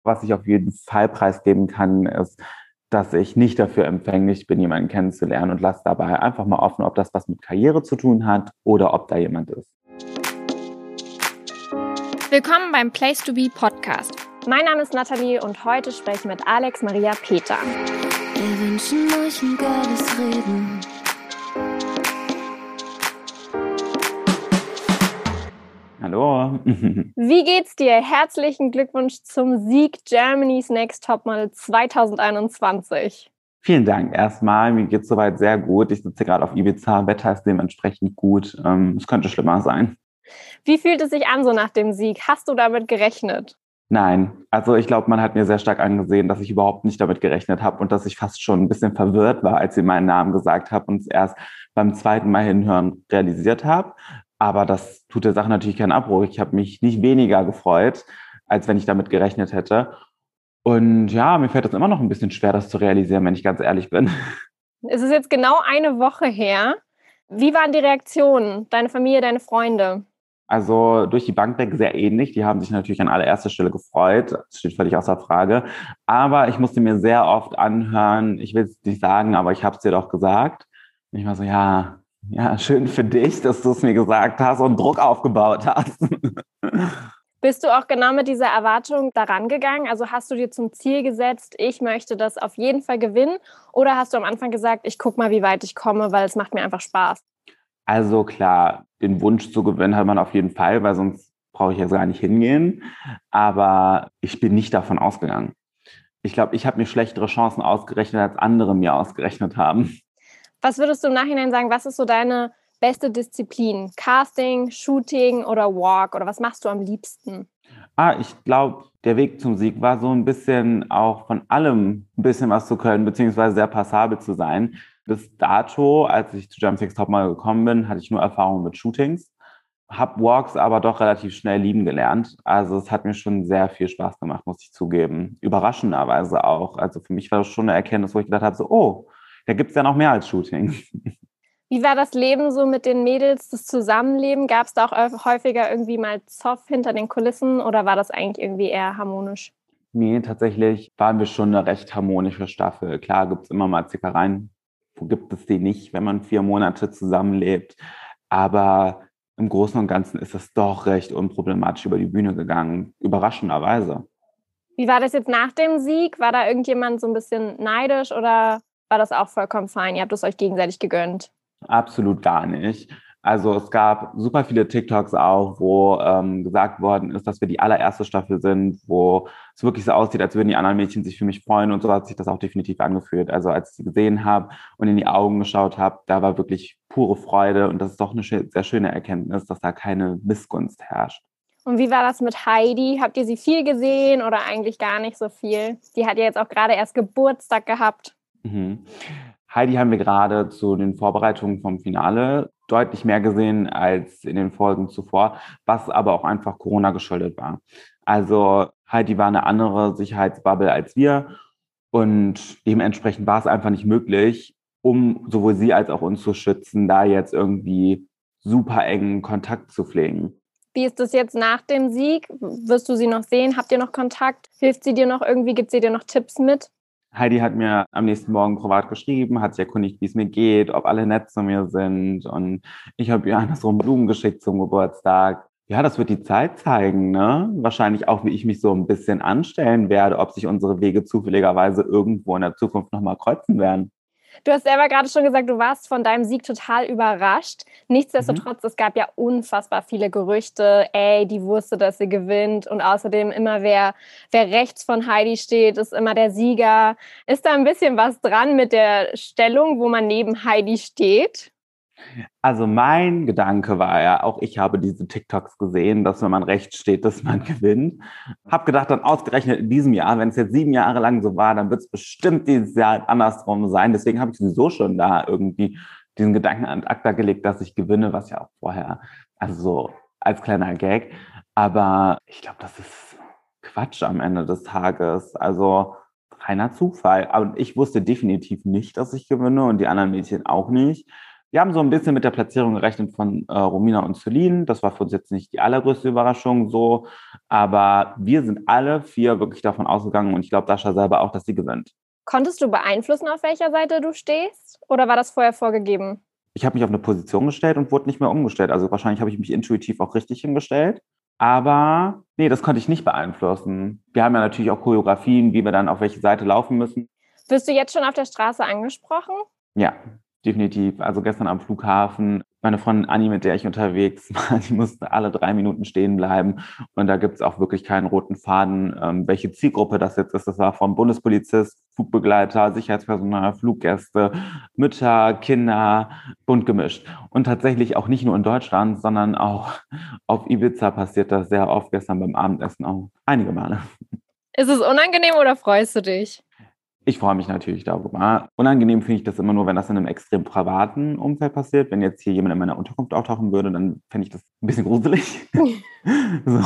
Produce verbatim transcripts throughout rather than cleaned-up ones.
Was ich auf jeden Fall preisgeben kann, ist, dass ich nicht dafür empfänglich bin, jemanden kennenzulernen und lasse dabei einfach mal offen, ob das was mit Karriere zu tun hat oder ob da jemand ist. Willkommen beim Place to Be Podcast. Mein Name ist Nathalie und heute spreche ich mit Alex Maria Peter. Wir wünschen euch ein geiles Leben. Hallo. Wie geht's dir? Herzlichen Glückwunsch zum Sieg Germany's Next Topmodel zwanzig einundzwanzig. Vielen Dank erstmal. Mir geht's soweit sehr gut. Ich sitze gerade auf Ibiza. Wetter ist dementsprechend gut. Ähm, es könnte schlimmer sein. Wie fühlt es sich an so nach dem Sieg? Hast du damit gerechnet? Nein, also ich glaube, man hat mir sehr stark angesehen, dass ich überhaupt nicht damit gerechnet habe und dass ich fast schon ein bisschen verwirrt war, als sie meinen Namen gesagt habe und es erst beim zweiten Mal hinhören realisiert habe. Aber das tut der Sache natürlich keinen Abbruch. Ich habe mich nicht weniger gefreut, als wenn ich damit gerechnet hätte. Und ja, mir fällt es immer noch ein bisschen schwer, das zu realisieren, wenn ich ganz ehrlich bin. Es ist jetzt genau eine Woche her. Wie waren die Reaktionen? Deine Familie, deine Freunde? Also durch die Bank weg sehr ähnlich. Die haben sich natürlich an allererster Stelle gefreut. Das steht völlig außer Frage. Aber ich musste mir sehr oft anhören, ich will es nicht sagen, aber ich habe es dir doch gesagt. Und ich war so, ja, ja, schön für dich, dass du es mir gesagt hast und Druck aufgebaut hast. Bist du auch genau mit dieser Erwartung daran gegangen? Also hast du dir zum Ziel gesetzt, ich möchte das auf jeden Fall gewinnen? Oder hast du am Anfang gesagt, ich gucke mal, wie weit ich komme, weil es macht mir einfach Spaß? Also klar, den Wunsch zu gewinnen hat man auf jeden Fall, weil sonst brauche ich jetzt gar nicht hingehen. Aber ich bin nicht davon ausgegangen. Ich glaube, ich habe mir schlechtere Chancen ausgerechnet, als andere mir ausgerechnet haben. Was würdest du im Nachhinein sagen, was ist so deine beste Disziplin? Casting, Shooting oder Walk? Oder was machst du am liebsten? Ah, ich glaube, der Weg zum Sieg war so ein bisschen auch von allem ein bisschen was zu können, beziehungsweise sehr passabel zu sein. Bis dato, als ich zu Germany's Next Topmodel gekommen bin, hatte ich nur Erfahrung mit Shootings, habe Walks aber doch relativ schnell lieben gelernt. Also es hat mir schon sehr viel Spaß gemacht, muss ich zugeben. Überraschenderweise auch. Also für mich war das schon eine Erkenntnis, wo ich gedacht habe, so, oh, da gibt es ja noch mehr als Shooting. Wie war das Leben so mit den Mädels, das Zusammenleben? Gab es da auch häufiger irgendwie mal Zoff hinter den Kulissen oder war das eigentlich irgendwie eher harmonisch? Nee, tatsächlich waren wir schon eine recht harmonische Staffel. Klar gibt es immer mal Zickereien. Wo gibt es die nicht, wenn man vier Monate zusammenlebt? Aber im Großen und Ganzen ist es doch recht unproblematisch über die Bühne gegangen. Überraschenderweise. Wie war das jetzt nach dem Sieg? War da irgendjemand so ein bisschen neidisch oder war das auch vollkommen fein? Ihr habt es euch gegenseitig gegönnt? Absolut gar nicht. Also es gab super viele TikToks auch, wo ähm, gesagt worden ist, dass wir die allererste Staffel sind, wo es wirklich so aussieht, als würden die anderen Mädchen sich für mich freuen und so hat sich das auch definitiv angefühlt. Also als ich sie gesehen habe und in die Augen geschaut habe, da war wirklich pure Freude und das ist doch eine sehr schöne Erkenntnis, dass da keine Missgunst herrscht. Und wie war das mit Heidi? Habt ihr sie viel gesehen oder eigentlich gar nicht so viel? Die hat ja jetzt auch gerade erst Geburtstag gehabt. Mhm. Heidi haben wir gerade zu den Vorbereitungen vom Finale deutlich mehr gesehen als in den Folgen zuvor, was aber auch einfach Corona geschuldet war. Also Heidi war eine andere Sicherheitsbubble als wir und dementsprechend war es einfach nicht möglich, um sowohl sie als auch uns zu schützen, da jetzt irgendwie super engen Kontakt zu pflegen. Wie ist das jetzt nach dem Sieg? Wirst du sie noch sehen? Habt ihr noch Kontakt? Hilft sie dir noch irgendwie? Gibt sie dir noch Tipps mit? Heidi hat mir am nächsten Morgen privat geschrieben, hat sich erkundigt, wie es mir geht, ob alle nett zu mir sind. Und ich habe ihr andersrum Blumen geschickt zum Geburtstag. Ja, das wird die Zeit zeigen, ne? Wahrscheinlich auch, wie ich mich so ein bisschen anstellen werde, ob sich unsere Wege zufälligerweise irgendwo in der Zukunft nochmal kreuzen werden. Du hast selber gerade schon gesagt, du warst von deinem Sieg total überrascht. Nichtsdestotrotz, mhm. Es gab ja unfassbar viele Gerüchte. Ey, die wusste, dass sie gewinnt. Und außerdem immer, wer, wer rechts von Heidi steht, ist immer der Sieger. Ist da ein bisschen was dran mit der Stellung, wo man neben Heidi steht? Also mein Gedanke war ja, auch ich habe diese TikToks gesehen, dass wenn man rechts steht, dass man gewinnt. Hab gedacht, dann ausgerechnet in diesem Jahr, wenn es jetzt sieben Jahre lang so war, dann wird es bestimmt dieses Jahr andersrum sein. Deswegen habe ich sowieso schon da irgendwie diesen Gedanken an ACTA gelegt, dass ich gewinne, was ja auch vorher, also so als kleiner Gag. Aber ich glaube, das ist Quatsch am Ende des Tages. Also reiner Zufall. Und ich wusste definitiv nicht, dass ich gewinne und die anderen Mädchen auch nicht. Wir haben so ein bisschen mit der Platzierung gerechnet von äh, Romina und Celine. Das war für uns jetzt nicht die allergrößte Überraschung so, aber wir sind alle vier wirklich davon ausgegangen und ich glaube Dasha selber auch, dass sie gewinnt. Konntest du beeinflussen, auf welcher Seite du stehst? Oder war das vorher vorgegeben? Ich habe mich auf eine Position gestellt und wurde nicht mehr umgestellt. Also wahrscheinlich habe ich mich intuitiv auch richtig hingestellt. Aber nee, das konnte ich nicht beeinflussen. Wir haben ja natürlich auch Choreografien, wie wir dann auf welche Seite laufen müssen. Wirst du jetzt schon auf der Straße angesprochen? Ja, definitiv. Also gestern am Flughafen, meine Freundin Anni, mit der ich unterwegs war, die musste alle drei Minuten stehen bleiben. Und da gibt es auch wirklich keinen roten Faden, ähm, welche Zielgruppe das jetzt ist. Das war vom Bundespolizist, Flugbegleiter, Sicherheitspersonal, Fluggäste, Mütter, Kinder, bunt gemischt. Und tatsächlich auch nicht nur in Deutschland, sondern auch auf Ibiza passiert das sehr oft, gestern beim Abendessen auch einige Male. Ist es unangenehm oder freust du dich? Ich freue mich natürlich darüber. Unangenehm finde ich das immer nur, wenn das in einem extrem privaten Umfeld passiert. Wenn jetzt hier jemand in meiner Unterkunft auftauchen würde, dann fände ich das ein bisschen gruselig. So.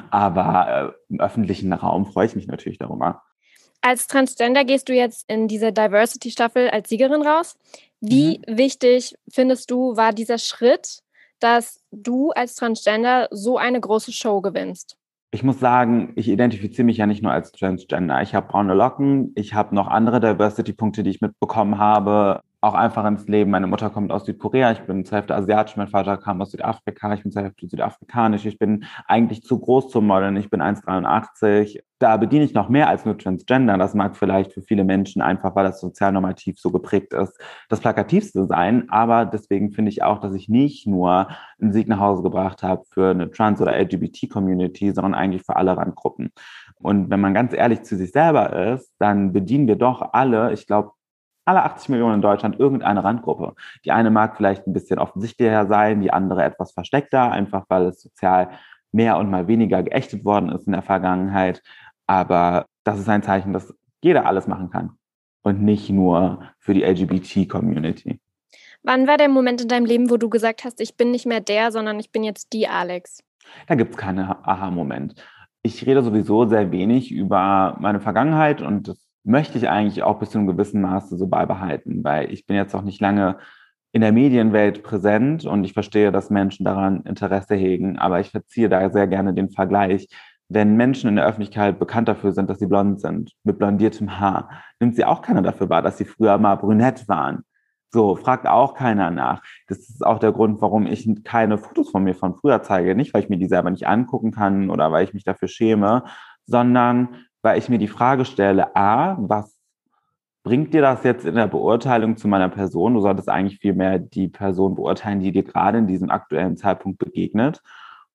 Aber äh, im öffentlichen Raum freue ich mich natürlich darüber. Als Transgender gehst du jetzt in diese Diversity-Staffel als Siegerin raus. Wie mhm. wichtig findest du, war dieser Schritt, dass du als Transgender so eine große Show gewinnst? Ich muss sagen, ich identifiziere mich ja nicht nur als Transgender. Ich habe braune Locken, ich habe noch andere Diversity-Punkte, die ich mitbekommen habe, auch einfach ins Leben. Meine Mutter kommt aus Südkorea, ich bin zur Hälfte asiatisch, mein Vater kam aus Südafrika, ich bin zur Hälfte südafrikanisch, ich bin eigentlich zu groß zum Modeln, ich bin eins Komma dreiundachtzig. Da bediene ich noch mehr als nur Transgender. Das mag vielleicht für viele Menschen einfach, weil das sozialnormativ so geprägt ist, das Plakativste sein. Aber deswegen finde ich auch, dass ich nicht nur einen Sieg nach Hause gebracht habe für eine Trans- oder L G B T-Community, sondern eigentlich für alle Randgruppen. Und wenn man ganz ehrlich zu sich selber ist, dann bedienen wir doch alle, ich glaube, alle achtzig Millionen in Deutschland irgendeine Randgruppe. Die eine mag vielleicht ein bisschen offensichtlicher sein, die andere etwas versteckter, einfach weil es sozial mehr und mal weniger geächtet worden ist in der Vergangenheit. Aber das ist ein Zeichen, dass jeder alles machen kann und nicht nur für die L G B T-Community. Wann war der Moment in deinem Leben, wo du gesagt hast, ich bin nicht mehr der, sondern ich bin jetzt die Alex? Da gibt es keinen Aha-Moment. Ich rede sowieso sehr wenig über meine Vergangenheit und das möchte ich eigentlich auch bis zu einem gewissen Maße so beibehalten, weil ich bin jetzt auch nicht lange in der Medienwelt präsent und ich verstehe, dass Menschen daran Interesse hegen, aber ich verziehe da sehr gerne den Vergleich. Wenn Menschen in der Öffentlichkeit bekannt dafür sind, dass sie blond sind, mit blondiertem Haar, nimmt sie auch keiner dafür wahr, dass sie früher mal brünett waren. So, fragt auch keiner nach. Das ist auch der Grund, warum ich keine Fotos von mir von früher zeige. Nicht, weil ich mir die selber nicht angucken kann oder weil ich mich dafür schäme, sondern weil ich mir die Frage stelle, a, was bringt dir das jetzt in der Beurteilung zu meiner Person? Du solltest eigentlich viel mehr die Person beurteilen, die dir gerade in diesem aktuellen Zeitpunkt begegnet.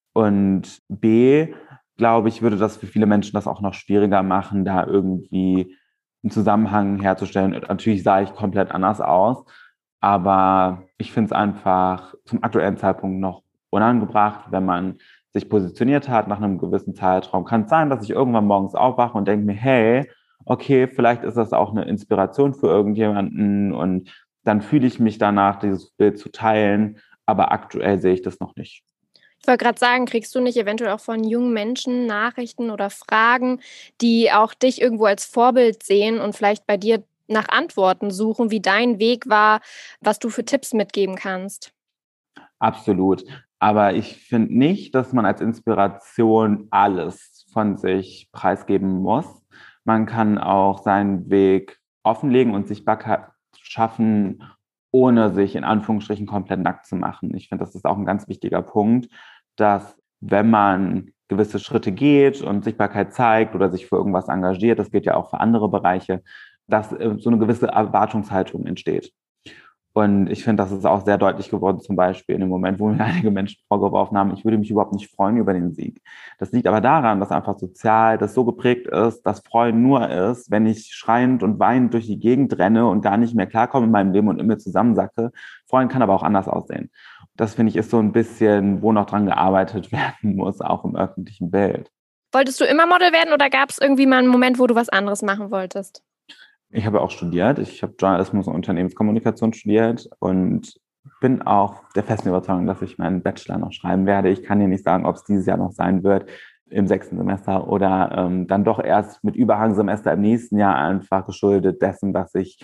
Und b, glaube ich, würde das für viele Menschen das auch noch schwieriger machen, da irgendwie einen Zusammenhang herzustellen. Natürlich sah ich komplett anders aus, aber ich finde es einfach zum aktuellen Zeitpunkt noch unangebracht, wenn man sich positioniert hat nach einem gewissen Zeitraum. Kann es sein, dass ich irgendwann morgens aufwache und denke mir, hey, okay, vielleicht ist das auch eine Inspiration für irgendjemanden und dann fühle ich mich danach, dieses Bild zu teilen, aber aktuell sehe ich das noch nicht. Ich wollte gerade sagen, kriegst du nicht eventuell auch von jungen Menschen Nachrichten oder Fragen, die auch dich irgendwo als Vorbild sehen und vielleicht bei dir nach Antworten suchen, wie dein Weg war, was du für Tipps mitgeben kannst? Absolut. Aber ich finde nicht, dass man als Inspiration alles von sich preisgeben muss. Man kann auch seinen Weg offenlegen und Sichtbarkeit schaffen, ohne sich in Anführungsstrichen komplett nackt zu machen. Ich finde, das ist auch ein ganz wichtiger Punkt, dass wenn man gewisse Schritte geht und Sichtbarkeit zeigt oder sich für irgendwas engagiert, das gilt ja auch für andere Bereiche, dass so eine gewisse Erwartungshaltung entsteht. Und ich finde, das ist auch sehr deutlich geworden, zum Beispiel in dem Moment, wo mir einige Menschen vorgeworfen haben, ich würde mich überhaupt nicht freuen über den Sieg. Das liegt aber daran, dass einfach sozial das so geprägt ist, dass Freuen nur ist, wenn ich schreiend und weinend durch die Gegend renne und gar nicht mehr klarkomme in meinem Leben und in mir zusammensacke. Freuen kann aber auch anders aussehen. Das, finde ich, ist so ein bisschen, wo noch dran gearbeitet werden muss, auch im öffentlichen Bild. Wolltest du immer Model werden oder gab es irgendwie mal einen Moment, wo du was anderes machen wolltest? Ich habe auch studiert. Ich habe Journalismus und Unternehmenskommunikation studiert und bin auch der festen Überzeugung, dass ich meinen Bachelor noch schreiben werde. Ich kann dir nicht sagen, ob es dieses Jahr noch sein wird, im sechsten Semester oder ähm, dann doch erst mit Überhangsemester im nächsten Jahr, einfach geschuldet dessen, dass ich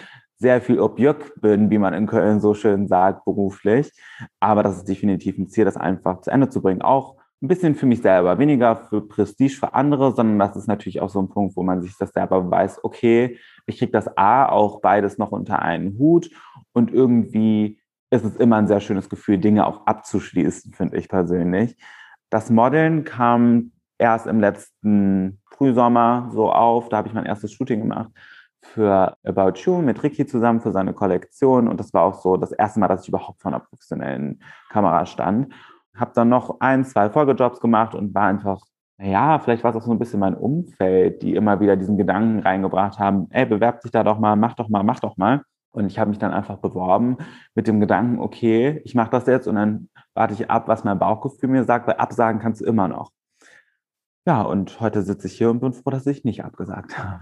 sehr viel Objekt bin, wie man in Köln so schön sagt, beruflich. Aber das ist definitiv ein Ziel, das einfach zu Ende zu bringen. Auch ein bisschen für mich selber, weniger für Prestige für andere, sondern das ist natürlich auch so ein Punkt, wo man sich das selber beweist, okay, ich kriege das A, auch beides noch unter einen Hut und irgendwie ist es immer ein sehr schönes Gefühl, Dinge auch abzuschließen, finde ich persönlich. Das Modeln kam erst im letzten Frühsommer so auf, da habe ich mein erstes Shooting gemacht für About You mit Ricky zusammen für seine Kollektion und das war auch so das erste Mal, dass ich überhaupt vor einer professionellen Kamera stand. Habe dann noch ein, zwei Folgejobs gemacht und war einfach, naja, vielleicht war es auch so ein bisschen mein Umfeld, die immer wieder diesen Gedanken reingebracht haben, ey, bewerb dich da doch mal, mach doch mal, mach doch mal. Und ich habe mich dann einfach beworben mit dem Gedanken, okay, ich mache das jetzt und dann warte ich ab, was mein Bauchgefühl mir sagt, weil absagen kannst du immer noch. Ja, und heute sitze ich hier und bin froh, dass ich nicht abgesagt habe.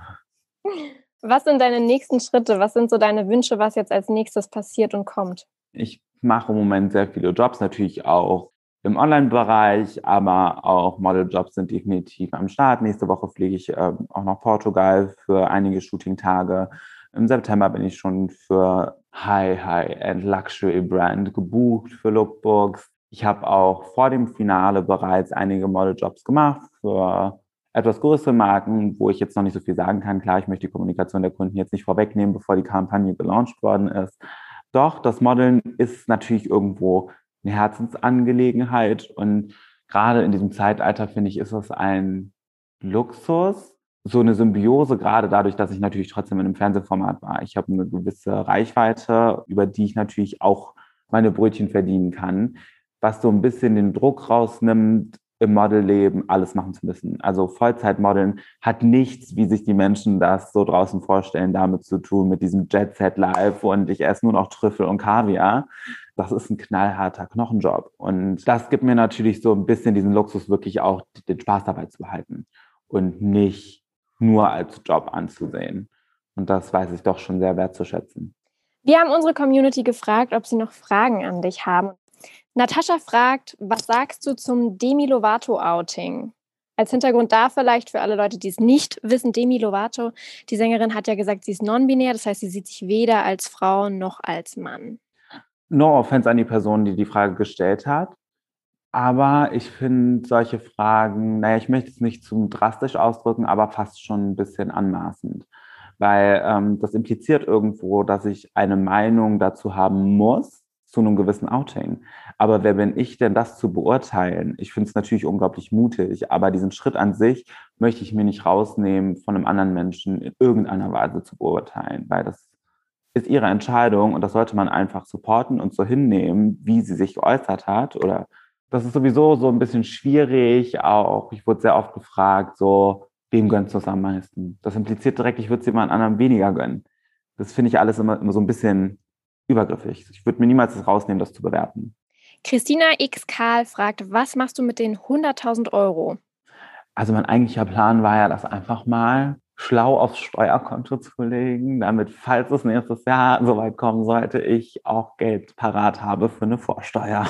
Was sind deine nächsten Schritte? Was sind so deine Wünsche, was jetzt als nächstes passiert und kommt? Ich mache im Moment sehr viele Jobs, natürlich auch im Online-Bereich, aber auch Modeljobs sind definitiv am Start. Nächste Woche fliege ich äh, auch nach Portugal für einige Shooting-Tage. Im September bin ich schon für High, High-End Luxury Brand gebucht für Lookbooks. Ich habe auch vor dem Finale bereits einige Modeljobs gemacht für etwas größere Marken, wo ich jetzt noch nicht so viel sagen kann. Klar, ich möchte die Kommunikation der Kunden jetzt nicht vorwegnehmen, bevor die Kampagne gelauncht worden ist. Doch, das Modeln ist natürlich irgendwo eine Herzensangelegenheit und gerade in diesem Zeitalter, finde ich, ist es ein Luxus, so eine Symbiose, gerade dadurch, dass ich natürlich trotzdem in einem Fernsehformat war. Ich habe eine gewisse Reichweite, über die ich natürlich auch meine Brötchen verdienen kann, was so ein bisschen den Druck rausnimmt, im Modelleben alles machen zu müssen. Also Vollzeitmodeln hat nichts, wie sich die Menschen das so draußen vorstellen, damit zu tun, mit diesem Jet Set Life und ich esse nur noch Trüffel und Kaviar. Das ist ein knallharter Knochenjob. Und das gibt mir natürlich so ein bisschen diesen Luxus, wirklich auch den Spaß dabei zu behalten und nicht nur als Job anzusehen. Und das weiß ich doch schon sehr wertzuschätzen. Wir haben unsere Community gefragt, ob sie noch Fragen an dich haben. Natascha fragt, was sagst du zum Demi Lovato-Outing? Als Hintergrund da vielleicht für alle Leute, die es nicht wissen, Demi Lovato, die Sängerin, hat ja gesagt, sie ist non-binär, das heißt, sie sieht sich weder als Frau noch als Mann. No offense an die Person, die die Frage gestellt hat. Aber ich finde solche Fragen, naja, ich möchte es nicht zu drastisch ausdrücken, aber fast schon ein bisschen anmaßend. Weil ähm, das impliziert irgendwo, dass ich eine Meinung dazu haben muss, zu einem gewissen Outing. Aber wer bin ich denn, das zu beurteilen? Ich finde es natürlich unglaublich mutig, aber diesen Schritt an sich möchte ich mir nicht rausnehmen, von einem anderen Menschen in irgendeiner Weise zu beurteilen, weil das ist ihre Entscheidung und das sollte man einfach supporten und so hinnehmen, wie sie sich geäußert hat. Oder das ist sowieso so ein bisschen schwierig auch. Ich wurde sehr oft gefragt, so, wem gönnst du es am meisten? Das impliziert direkt, ich würde es jemand anderem weniger gönnen. Das finde ich alles immer, immer so ein bisschen übergriffig. Ich würde mir niemals das rausnehmen, das zu bewerten. Christina X. Karl fragt, was machst du mit den hunderttausend Euro? Also mein eigentlicher Plan war ja, das einfach mal schlau aufs Steuerkonto zu legen, damit, falls es nächstes Jahr soweit kommen sollte, ich auch Geld parat habe für eine Vorsteuer.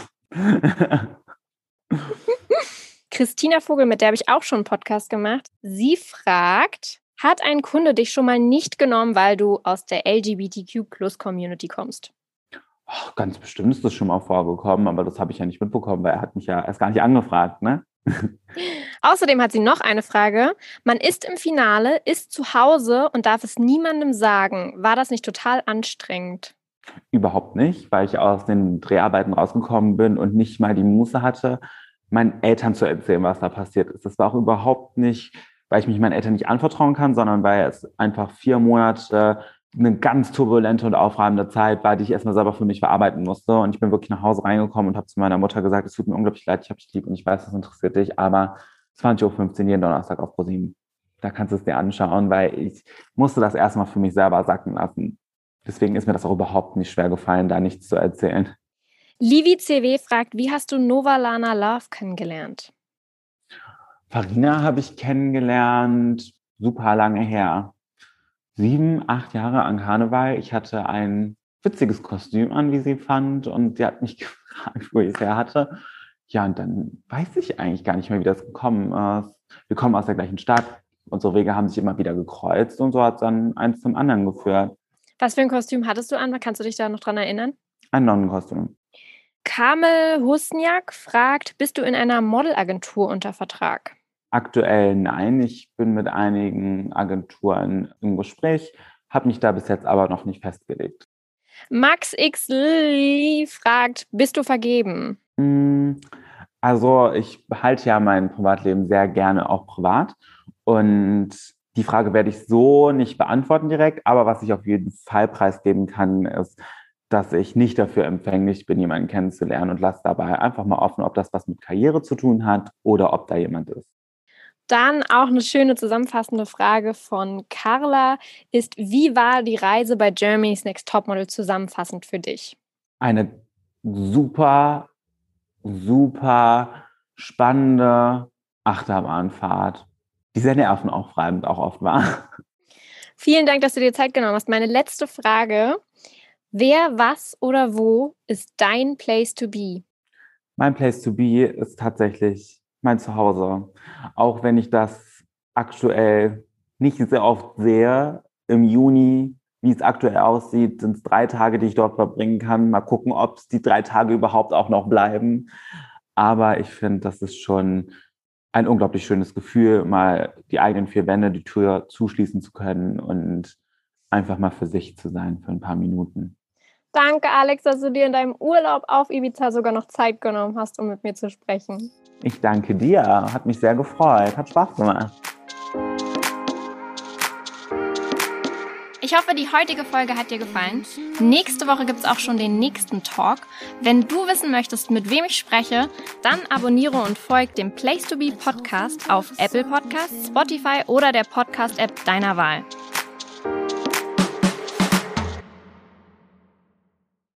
Christina Vogel, mit der habe ich auch schon einen Podcast gemacht. Sie fragt, hat ein Kunde dich schon mal nicht genommen, weil du aus der L G B T Q Plus Community kommst? Oh, ganz bestimmt ist das schon mal vorgekommen, aber das habe ich ja nicht mitbekommen, weil er hat mich ja erst gar nicht angefragt, ne? Außerdem hat sie noch eine Frage. Man ist im Finale, ist zu Hause und darf es niemandem sagen. War das nicht total anstrengend? Überhaupt nicht, weil ich aus den Dreharbeiten rausgekommen bin und nicht mal die Muße hatte, meinen Eltern zu erzählen, was da passiert ist. Das war auch überhaupt nicht, weil ich mich meinen Eltern nicht anvertrauen kann, sondern weil es einfach vier Monate eine ganz turbulente und aufreibende Zeit war, die ich erstmal selber für mich verarbeiten musste. Und ich bin wirklich nach Hause reingekommen und habe zu meiner Mutter gesagt, es tut mir unglaublich leid, ich habe dich lieb und ich weiß, das interessiert dich, aber zwanzig Uhr fünfzehn jeden Donnerstag auf ProSieben. Da kannst du es dir anschauen, weil ich musste das erstmal für mich selber sacken lassen. Deswegen ist mir das auch überhaupt nicht schwer gefallen, da nichts zu erzählen. Livi C W fragt, wie hast du Novalana Love kennengelernt? Farina habe ich kennengelernt, super lange her. Sieben, acht Jahre an Karneval. Ich hatte ein witziges Kostüm an, wie sie fand. Und sie hat mich gefragt, wo ich es her hatte. Ja, und dann weiß ich eigentlich gar nicht mehr, wie das gekommen ist. Wir kommen aus der gleichen Stadt. Unsere Wege haben sich immer wieder gekreuzt. Und so hat es dann eins zum anderen geführt. Was für ein Kostüm hattest du an? Kannst du dich da noch dran erinnern? Ein Nonnenkostüm. Kamel Husniak fragt, bist du in einer Modelagentur unter Vertrag? Aktuell nein. Ich bin mit einigen Agenturen im Gespräch, habe mich da bis jetzt aber noch nicht festgelegt. Max X Lee fragt, bist du vergeben? Also ich halte ja mein Privatleben sehr gerne auch privat und die Frage werde ich so nicht beantworten direkt, aber was ich auf jeden Fall preisgeben kann, ist, dass ich nicht dafür empfänglich bin, jemanden kennenzulernen und lasse dabei einfach mal offen, ob das was mit Karriere zu tun hat oder ob da jemand ist. Dann auch eine schöne zusammenfassende Frage von Carla ist, wie war die Reise bei Germany's Next Topmodel zusammenfassend für dich? Eine super, super spannende Achterbahnfahrt, die sehr nervenaufreibend auch oft war. Vielen Dank, dass du dir Zeit genommen hast. Meine letzte Frage, wer, was oder wo ist dein Place to be? Mein Place to be ist tatsächlich mein Zuhause. Auch wenn ich das aktuell nicht sehr oft sehe, im Juni, wie es aktuell aussieht, sind es drei Tage, die ich dort verbringen kann. Mal gucken, ob es die drei Tage überhaupt auch noch bleiben. Aber ich finde, das ist schon ein unglaublich schönes Gefühl, mal die eigenen vier Wände, die Tür zuschließen zu können und einfach mal für sich zu sein für ein paar Minuten. Danke, Alex, dass du dir in deinem Urlaub auf Ibiza sogar noch Zeit genommen hast, um mit mir zu sprechen. Ich danke dir, hat mich sehr gefreut, hat Spaß gemacht. Ich hoffe, die heutige Folge hat dir gefallen. Nächste Woche gibt es auch schon den nächsten Talk. Wenn du wissen möchtest, mit wem ich spreche, dann abonniere und folge dem Place to Be Podcast auf Apple Podcasts, Spotify oder der Podcast-App deiner Wahl.